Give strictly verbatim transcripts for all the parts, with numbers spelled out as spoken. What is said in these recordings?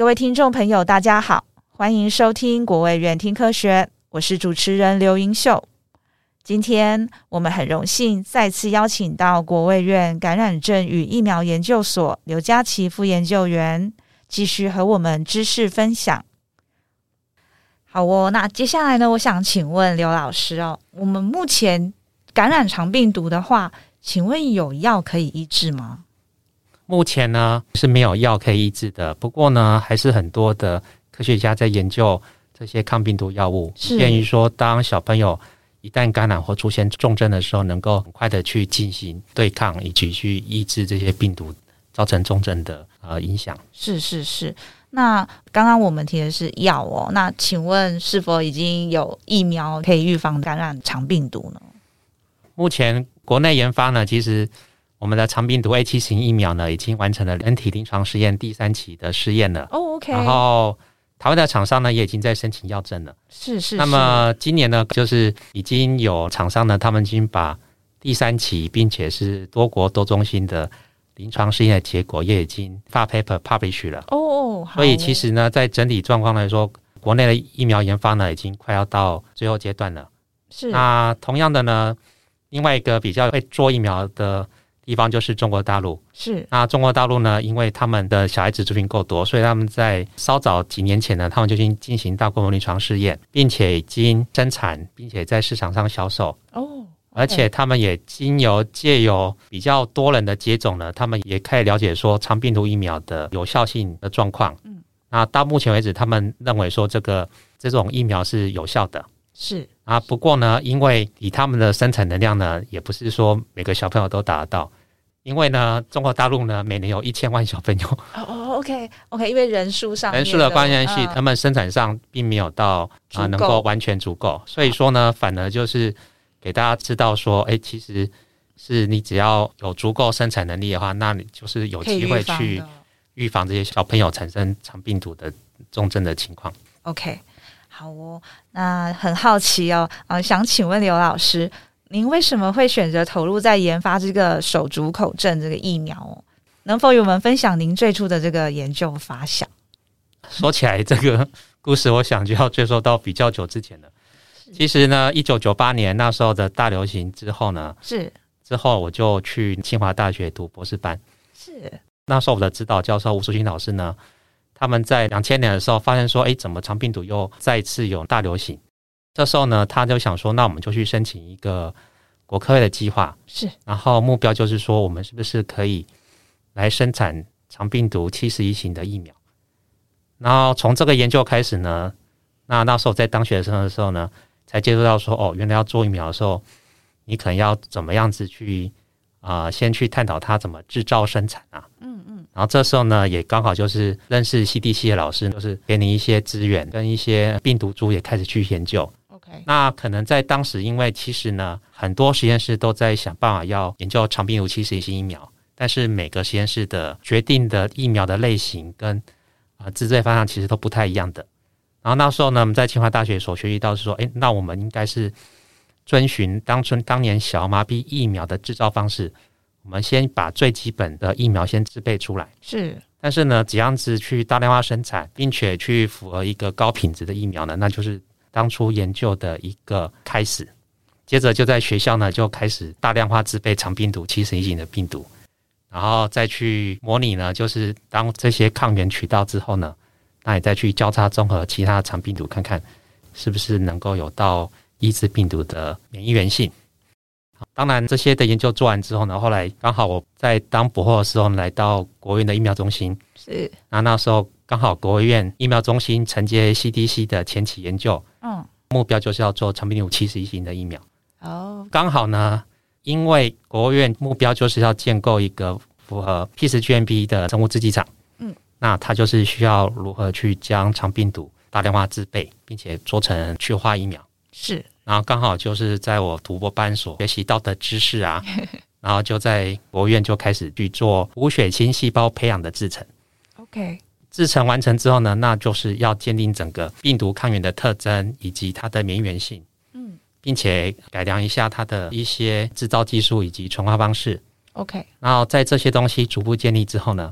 位听众朋友大家好，欢迎收听国卫院听科学，我是主持人刘盈秀。今天我们很荣幸再次邀请到国卫院感染症与疫苗研究所刘佳琪副研究员，继续和我们知识分享。好哦，那接下来呢，我想请问刘老师哦，我们目前感染肠病毒的话，请问有药可以医治吗？ 目前呢是没有药可以医治的，不过呢还是很多的科学家在研究这些抗病毒药物，便于说当小朋友一旦感染或出现重症的时候，能够很快的去进行对抗以及去抑制这些病毒造成重症的呃影响。 是是是。那刚刚我们提的是药哦，那请问是否已经有疫苗可以预防感染肠病毒呢？ 目前国内研发呢，其实我们的肠病毒 A 七 型疫苗呢，已经完成了人体临床试验第三期的试验了。 哦、oh, OK。 然后台湾的厂商呢，也已经在申请药证了。 是是是。 那么今年呢，就是已经有厂商呢，他们已经把第三期，并且是多国多中心的临床试验的结果，也已经发 paper publish 了。 哦、oh, 所以其实呢，在整体状况来说，国内的疫苗研发呢，已经快要到最后阶段了。 是。 那同样的呢，另外一个比较会做疫苗的地方就是中国大陆。 是。 那中国大陆呢，因为他们的小孩子族群够多，所以他们在稍早几年前呢，他们就已经进行大规模临床试验，并且已经生产，并且在市场上销售。 哦。Okay. 而且他们也经由借由比较多人的接种呢，他们也可以了解说肠病毒疫苗的有效性的状况。嗯。那到目前为止，他们认为说这个这种疫苗是有效的。 是。啊， 不过呢，因为以他们的生产能量呢，也不是说每个小朋友都达得到，因为呢，中国大陆呢每年有一千万小朋友。 哦 ，OK OK， 因为人数上面人数的关系，嗯、他们生产上并没有到啊、呃、能够完全足够，所以说呢，反而就是给大家知道说，哎，其实是你只要有足够生产能力的话，那你就是有机会去预防这些小朋友产生肠病毒的重症的情况。 OK。好哦，那很好奇哦，呃，想请问刘老师，您为什么会选择投入在研发这个手足口症这个疫苗哦？能否与我们分享您最初的这个研究发想？ 说起来这个故事，我想就要追溯到比较久之前了。其实呢，一九九八年那时候的大流行之后呢， 是之后我就去清华大学读博士班。 是那时候我的指导教授吴淑清老师呢，他们在两千年的时候发现说，哎，怎么肠病毒又再次有大流行？这时候呢，他就想说，那我们就去申请一个国科会的计划， 是， 然后目标就是说，我们是不是可以来生产肠病毒七十一型的疫苗？然后从这个研究开始呢，那那时候在当学生的时候呢，才接触到说，哦，原来要做疫苗的时候，你可能要怎么样子去啊、呃，先去探讨它怎么制造生产啊。嗯嗯。然后这时候呢，也刚好就是认识 C D C 的老师，就是给你一些资源，跟一些病毒株也开始去研究。 OK。 那可能在当时，因为其实呢，很多实验室都在想办法要研究肠病毒七十一型疫苗，但是每个实验室的决定的疫苗的类型跟啊制作方向其实都不太一样的。然后那时候呢，我们在清华大学所学习到是说，哎，那我们应该是遵循当初当年小儿麻痹疫苗的制造方式。我们先把最基本的疫苗先制备出来， 是， 但是呢，怎样子去大量化生产，并且去符合一个高品质的疫苗呢？那就是当初研究的一个开始。接着就在学校呢，就开始大量化制备肠病毒七十一型的病毒，然后再去模拟呢，就是当这些抗原取到之后呢，那你再去交叉综合其他肠病毒，看看是不是能够有到抑制病毒的免疫原性。当然这些的研究做完之后呢，后来刚好我在当博后的时候来到国卫院的疫苗中心， 是， 那那时候刚好国卫院疫苗中心承接 C D C 的前期研究，嗯，目标就是要做肠病毒七十一型的疫苗。哦，刚好呢，因为国卫院目标就是要建构一个符合 P 十 G M P 的生物制剂厂，嗯，那它就是需要如何去将肠病毒大量化制备，并且做成去化疫苗。 是。 然后刚好就是在我读博班所学习到的知识啊，然后就在国卫院就开始去做无血清细胞培养的制程。 OK， 制程完成之后呢，那就是要鉴定整个病毒抗原的特征以及它的免疫原性，嗯，并且改良一下它的一些制造技术以及纯化方式。 OK， 然后在这些东西逐步建立之后呢，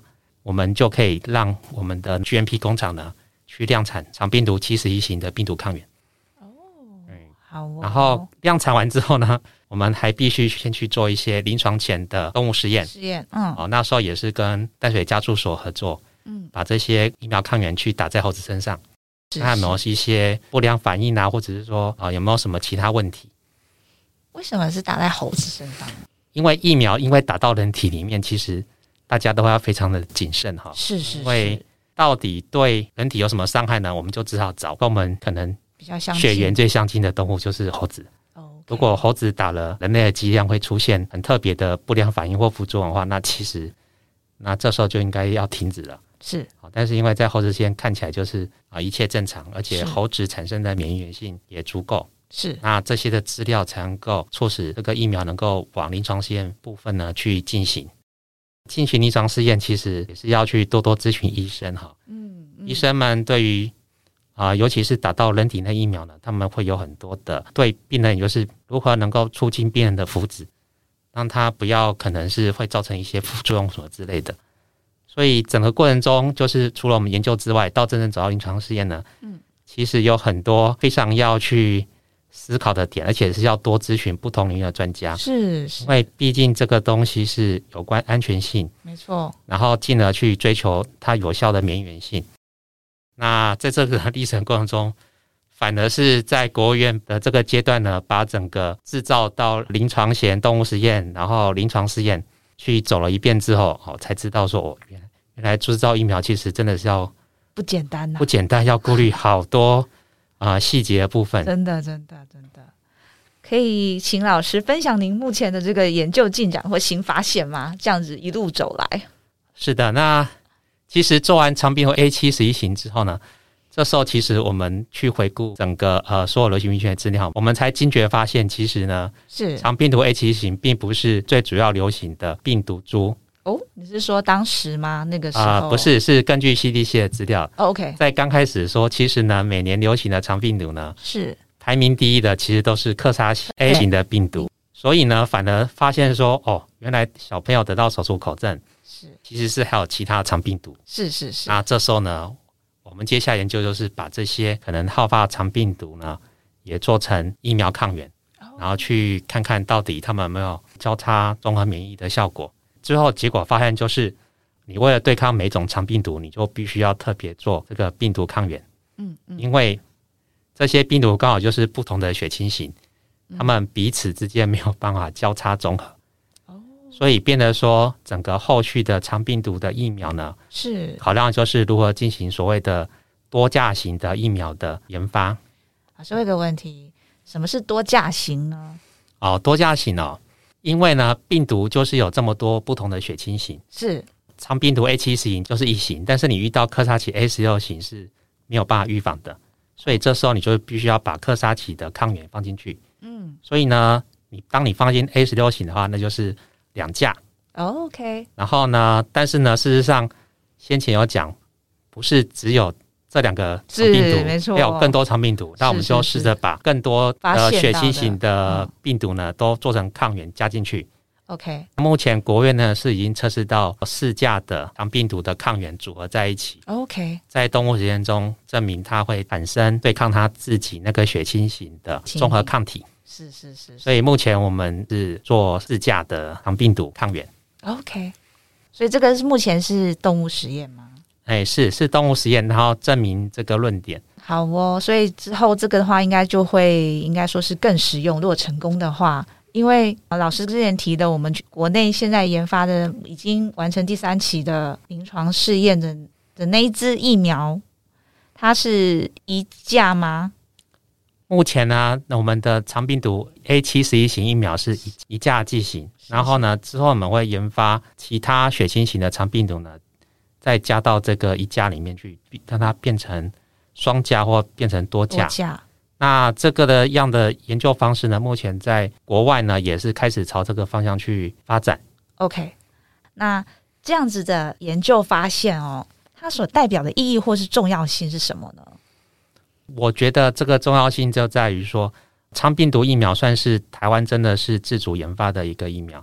我们就可以让我们的 G M P 工厂呢去量产肠病毒七十一型的病毒抗原。 哦，嗯，好哦。 然后量产完之后呢，我们还必须先去做一些临床前的动物实验。 实验，嗯， 哦，那时候也是跟淡水家畜所合作，嗯，把这些疫苗抗原去打在猴子身上，看有没有一些不良反应啊，或者是说啊、呃、有没有什么其他问题。 为什么是打在猴子身上？ 因为疫苗因为打到人体里面，其实大家都要非常的谨慎哈。 是是是。 因为到底对人体有什么伤害呢？我们就只好找跟我们可能比较相近血缘最相近的动物，就是猴子。如果猴子打了，人类的剂量会出现很特别的不良反应或副作用的话，那其实那这时候就应该要停止了。 是， 但是因为在猴子实验看起来就是啊一切正常，而且猴子产生的免疫原性也足够。 是， 那这些的资料才能够促使这个疫苗能够往临床试验部分呢去进行。进行临床试验其实也是要去多多咨询医生哈。嗯，嗯医生们对于啊、呃，尤其是打到人体内疫苗呢，他们会有很多的对病人，也就是如何能够促进病人的福祉，让他不要可能是会造成一些副作用什么之类的。所以整个过程中，就是除了我们研究之外，到真正走到临床试验呢，嗯，其实有很多非常要去思考的点，而且是要多咨询不同领域的专家。 是，是， 因为毕竟这个东西是有关安全性， 没错， 然后进而去追求它有效的免疫原性。那在这个历程过程中，反而是在国务院的这个阶段呢，把整个制造到临床前动物实验，然后临床试验去走了一遍之后，哦，才知道说，哦，原来原来制造疫苗其实真的是要不简单呐、啊， 不简单，要顾虑好多啊细节的部分。 真的，真的，真的。可以请老师分享您目前的这个研究进展或新发现吗？这样子一路走来。 是的，那其实做完肠病毒 A 七十一型之后呢，这时候其实我们去回顾整个呃所有流行病学的资料，我们才惊觉发现，其实呢，是肠病毒 A 七十一型并不是最主要流行的病毒株。 哦，你是说当时吗？那个时候、 呃、不是，是根据 C D C 的资料、 哦、OK， 在刚开始说，其实呢每年流行的肠病毒呢， 是排名第一的其实都是克沙奇 A 型的病毒，所以呢反而发现说，哦，原来小朋友得到手术口症是其实是还有其他肠病毒。 是是是。 那这时候呢，我们接下来研究就是把这些可能好发肠病毒呢也做成疫苗抗原、哦、然后去看看到底他们有没有交叉综合免疫的效果。最后结果发现就是你为了对抗每种肠病毒，你就必须要特别做这个病毒抗原。嗯嗯，因为这些病毒刚好就是不同的血清型，他们彼此之间没有办法交叉综合、哦、所以变得说整个后续的肠病毒的疫苗呢，是考量就是如何进行所谓的多价型的疫苗的研发。 老师，有一个问题，什么是多价型呢？ 哦，多价型哦，因为呢病毒就是有这么多不同的血清型，是肠病毒 A 七十 型就是一型，但是你遇到克沙奇 A 十六 型是没有办法预防的，所以这时候你就必须要把克沙奇的抗原放进去。嗯，所以呢你当你放进 A 十六 型的话，那就是两价、 oh, OK。 然后呢但是呢事实上先前有讲不是只有这两个肠病毒，没错，还有更多肠病毒，那我们就试着把更多的血清型的病毒呢、嗯、都做成抗原加进去。 OK， 目前国务院呢是已经测试到四价的肠病毒的抗原组合在一起。 OK， 在动物实验中证明它会产生对抗它自己那个血清型的综合抗体。 是是 是, 是， 所以目前我们是做四价的肠病毒抗原。 OK， 所以这个是目前是动物实验吗？ 哎，是是动物实验，然后证明这个论点。 好哦，所以之后这个的话应该就会应该说是更实用，如果成功的话。因为老师之前提的，我们国内现在研发的已经完成第三期的临床试验的的那一支疫苗，它是一价吗？ 目前呢，我们的肠病毒 A 七十一 型疫苗是一一价剂型，然后呢之后我们会研发其他血清型的肠病毒呢，再加到这个一价里面去，让它变成双价或变成多价。多价。那这个的样的研究方式呢，目前在国外呢也是开始朝这个方向去发展。 OK， 那这样子的研究发现哦，它所代表的意义或是重要性是什么呢？ 我觉得这个重要性就在于说，肠病毒疫苗算是台湾真的是自主研发的一个疫苗。 okay.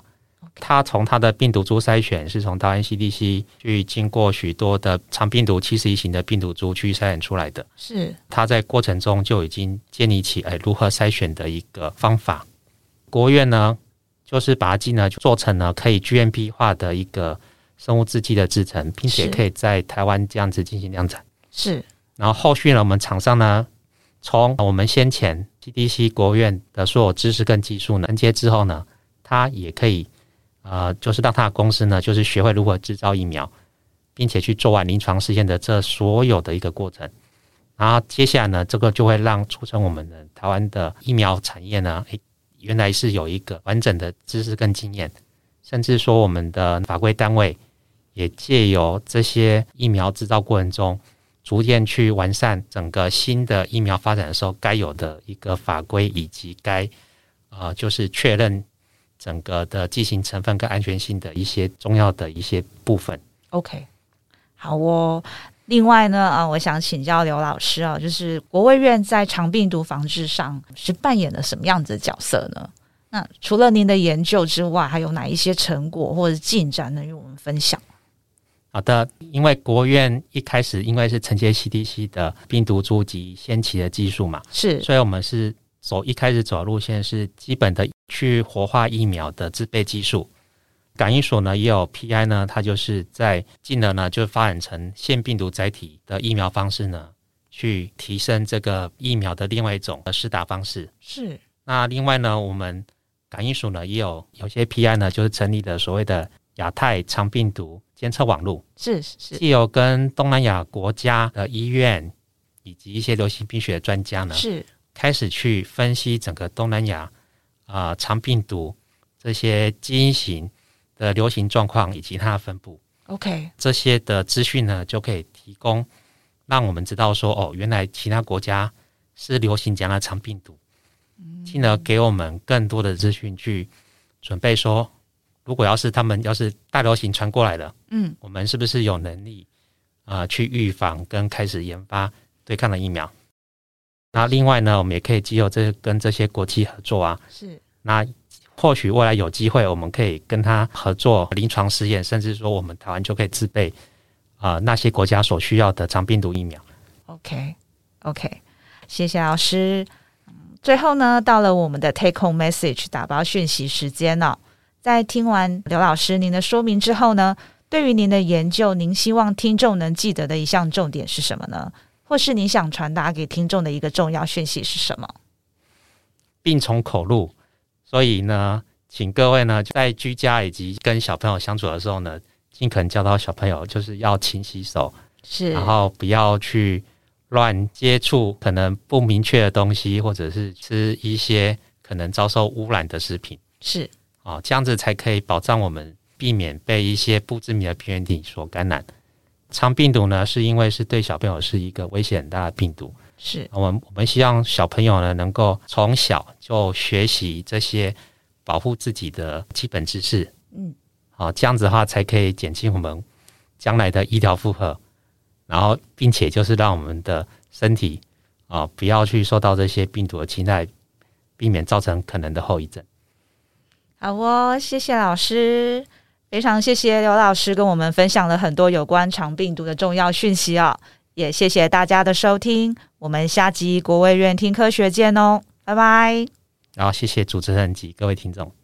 它从它的病毒株筛选是从台湾 C D C 去经过许多的肠病毒七十一型的病毒株去筛选出来的， 是它在过程中就已经建立起哎如何筛选的一个方法。国务院呢就是把它呢做成了可以 G M P 化的一个生物制剂的制程，并且可以在台湾这样子进行量产。 是， 然后后续呢，我们厂商呢，从我们先前 C D C 国务院的所有知识跟技术呢连接之后呢，它也可以呃，就是让它的公司呢，就是学会如何制造疫苗，并且去做完临床试验的这所有的一个过程。然后接下来呢，这个就会让促成我们的台湾的疫苗产业呢，诶原来是有一个完整的知识跟经验，甚至说我们的法规单位也借由这些疫苗制造过程中，逐渐去完善整个新的疫苗发展的时候该有的一个法规，以及该呃就是确认整个的剂型成分跟安全性的一些重要的一些部分。 OK， 好哦。另外呢，啊，我想请教刘老师啊，就是国卫院在肠病毒防治上是扮演了什么样子的角色呢？那除了您的研究之外，还有哪一些成果或者进展能与我们分享？ 好的，因为国务院一开始因为是承接 C D C 的病毒株及先期的技术嘛， 是， 所以我们是走一开始走的路线是基本的去活化疫苗的制备技术。感医所呢也有 P I 呢，它就是在进而呢就发展成腺病毒载体的疫苗方式呢，去提升这个疫苗的另外一种的施打方式。 是， 那另外呢，我们感医所呢也有有些 P I 呢就是成立的所谓的亚太肠病毒监测网络， 是是， 既有跟东南亚国家的医院以及一些流行病学的专家呢， 是开始去分析整个东南亚啊、呃、肠病毒这些基因型的流行状况以及它的分布。 OK， 这些的资讯呢就可以提供让我们知道说，哦，原来其他国家是流行这样的肠病毒，进而给我们更多的资讯去准备说，如果要是他们要是大流行传过来了，嗯，我们是不是有能力呃去预防跟开始研发对抗的疫苗。那另外呢，我们也可以藉由这跟这些国际合作啊， 是， 那或许未来有机会我们可以跟他合作临床试验，甚至说我们台湾就可以自备呃那些国家所需要的肠病毒疫苗。 OK OK， 谢谢老师。最后呢，到了我们的 take home message 打包讯息时间哦。在听完刘老师您的说明之后呢，对于您的研究，您希望听众能记得的一项重点是什么呢？或是您想传达给听众的一个重要讯息是什么？ 病从口入，所以呢，请各位呢在居家以及跟小朋友相处的时候呢，尽可能教导小朋友就是要勤洗手， 是，然后不要去乱接触可能不明确的东西，或者是吃一些可能遭受污染的食品， 是、 哦、这样子才可以保障我们避免被一些不知名的病原体所感染。肠病毒呢，是因为是对小朋友是一个威胁很大的病毒， 是我们我们希望小朋友呢能够从小就学习这些保护自己的基本知识，嗯，好、哦，这样子的话才可以减轻我们将来的医疗负荷，然后并且就是让我们的身体啊、哦、不要去受到这些病毒的侵害，避免造成可能的后遗症。 好哦，谢谢老师，非常谢谢刘老师跟我们分享了很多有关肠病毒的重要讯息哦，也谢谢大家的收听，我们下集国卫院听科学见哦，拜拜。 然后谢谢主持人及各位听众。